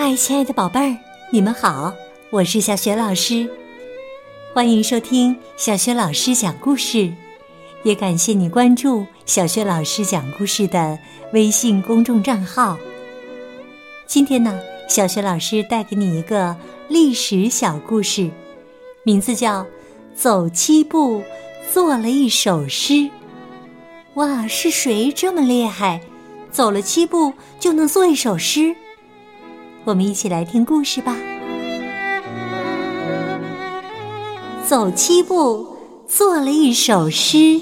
嗨，亲爱的宝贝儿，你们好，我是小雪老师，欢迎收听小雪老师讲故事，也感谢你关注小雪老师讲故事的微信公众账号。今天呢，小雪老师带给你一个历史小故事，名字叫走7步做了一首诗。哇，是谁这么厉害，走了7步就能做一首诗？我们一起来听故事吧。走7步做了一首诗。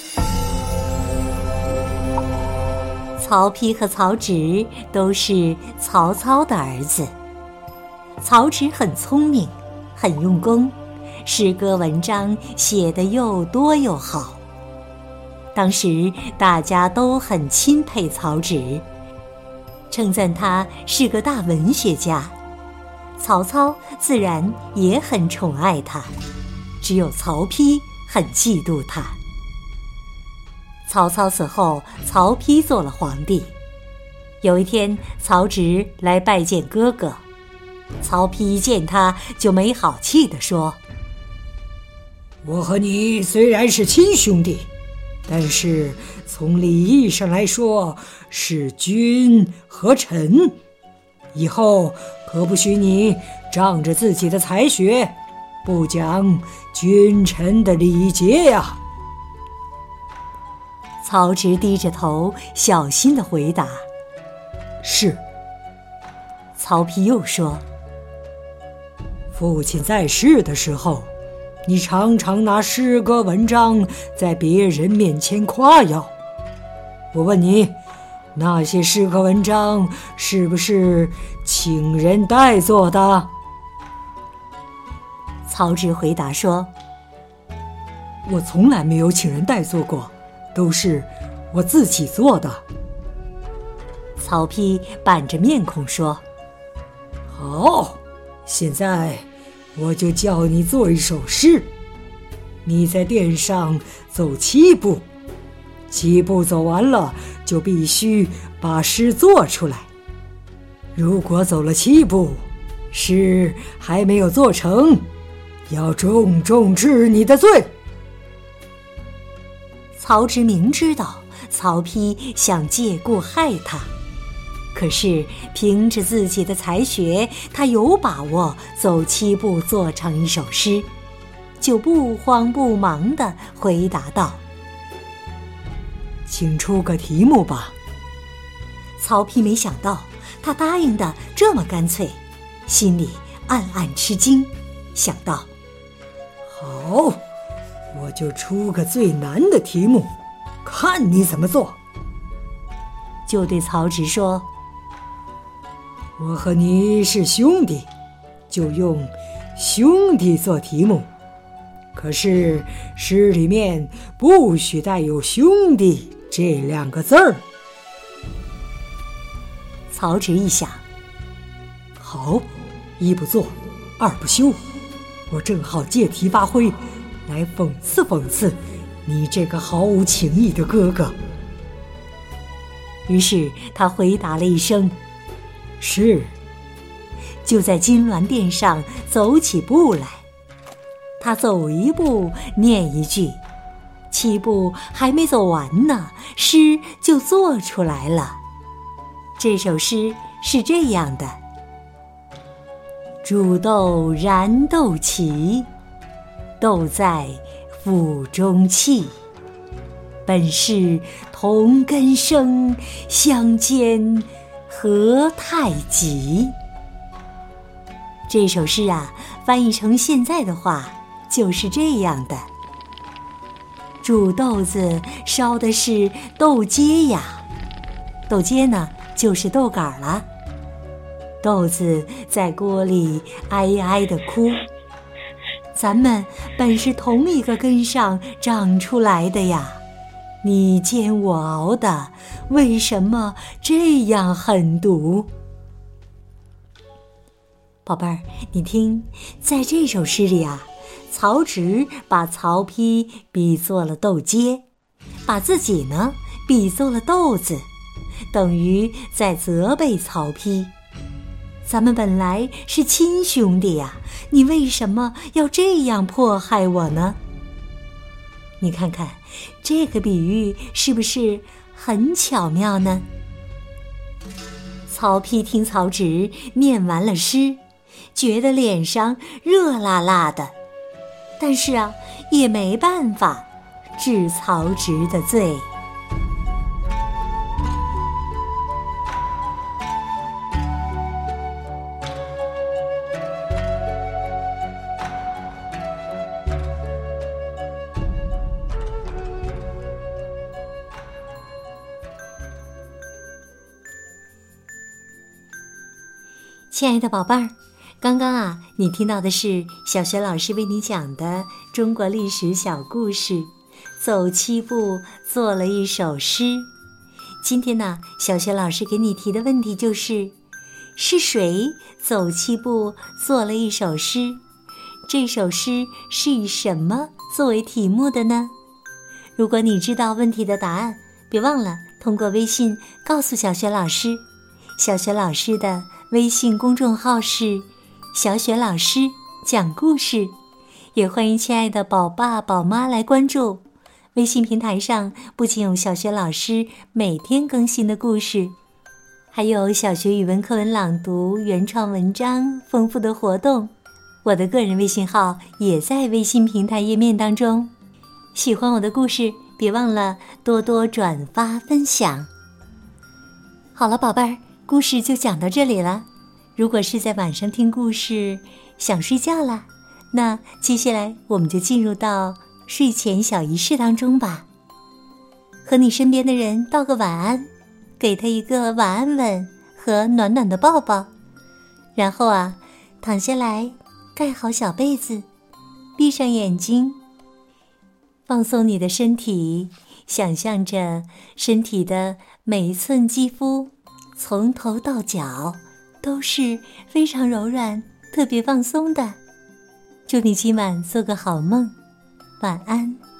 曹丕和曹植都是曹操的儿子。曹植很聪明，很用功，诗歌文章写得又多又好。当时大家都很钦佩曹植，称赞他是个大文学家。曹操自然也很宠爱他，只有曹丕很嫉妒他。曹操死后，曹丕做了皇帝。有一天，曹植来拜见哥哥，曹丕一见他就没好气地说： 我和你虽然是亲兄弟，但是从礼义上来说是君和臣，以后可不许你仗着自己的才学，不讲君臣的礼节呀。 曹植低着头小心地回答： 是。 曹丕又说： 父亲在世的时候，你常常拿诗歌文章在别人面前夸耀。我问你，那些诗歌文章是不是请人代做的？ 曹植回答说： 我从来没有请人代做过，都是我自己做的。 曹丕板着面孔说： 好，现在我就叫你做一首诗。你在殿上走7步，7步走完了就必须把诗做出来。如果走了7步，诗还没有做成，要重重治你的罪。 曹植明知道曹丕想借故害他，可是凭着自己的才学，他有把握走7步做成一首诗，就不慌不忙地回答道： 请出个题目吧。 曹丕没想到他答应得这么干脆，心里暗暗吃惊，想到： 好，我就出个最难的题目，看你怎么做。 就对曹植说： 我和你是兄弟，就用兄弟做题目，可是诗里面不许带有兄弟这2个字儿。 曹植一想， 好，1不做，2不休，我正好借题发挥，来讽刺讽刺你这个毫无情义的哥哥。 于是他回答了一声： 是。 就在金銮殿上走起步来。他走1步念一句，7步还没走完呢，诗就做出来了。这首诗是这样的：煮豆燃豆萁，豆在釜中泣。本是同根生，相煎何太急。这首诗啊，翻译成现在的话就是这样的：煮豆子烧的是豆秸呀，豆秸呢就是豆杆了。豆子在锅里哀哀地哭，咱们本是同一个根上长出来的呀，你煎我熬的，为什么这样狠毒？宝贝儿，你听，在这首诗里啊，曹植把曹丕比作了豆秸，把自己呢比作了豆子，等于在责备曹丕。 咱们本来是亲兄弟呀，你为什么要这样迫害我呢？你看看，这个比喻是不是很巧妙呢？曹丕听曹植念完了诗，觉得脸上热辣辣的，但是啊，也没办法治曹植的罪。亲爱的宝贝儿，刚刚你听到的是小学老师为你讲的中国历史小故事，走七步做了一首诗。今天呢，小学老师给你提的问题就是，是谁走七步做了一首诗？这首诗是以什么作为题目的呢？如果你知道问题的答案，别忘了通过微信告诉小学老师。小学老师的微信公众号是小雪老师讲故事，也欢迎亲爱的宝爸宝妈来关注。微信平台上不仅有小学老师每天更新的故事，还有小学语文课文朗读、原创文章、丰富的活动。我的个人微信号也在微信平台页面当中。喜欢我的故事，别忘了多多转发分享。好了，宝贝儿，故事就讲到这里了。如果是在晚上听故事想睡觉了，那接下来我们就进入到睡前小仪式当中吧。和你身边的人道个晚安，给他一个晚安吻和暖暖的抱抱，然后躺下来，盖好小被子，闭上眼睛，放松你的身体，想象着身体的每一寸肌肤从头到脚都是非常柔软、特别放松的。祝你今晚做个好梦，晚安。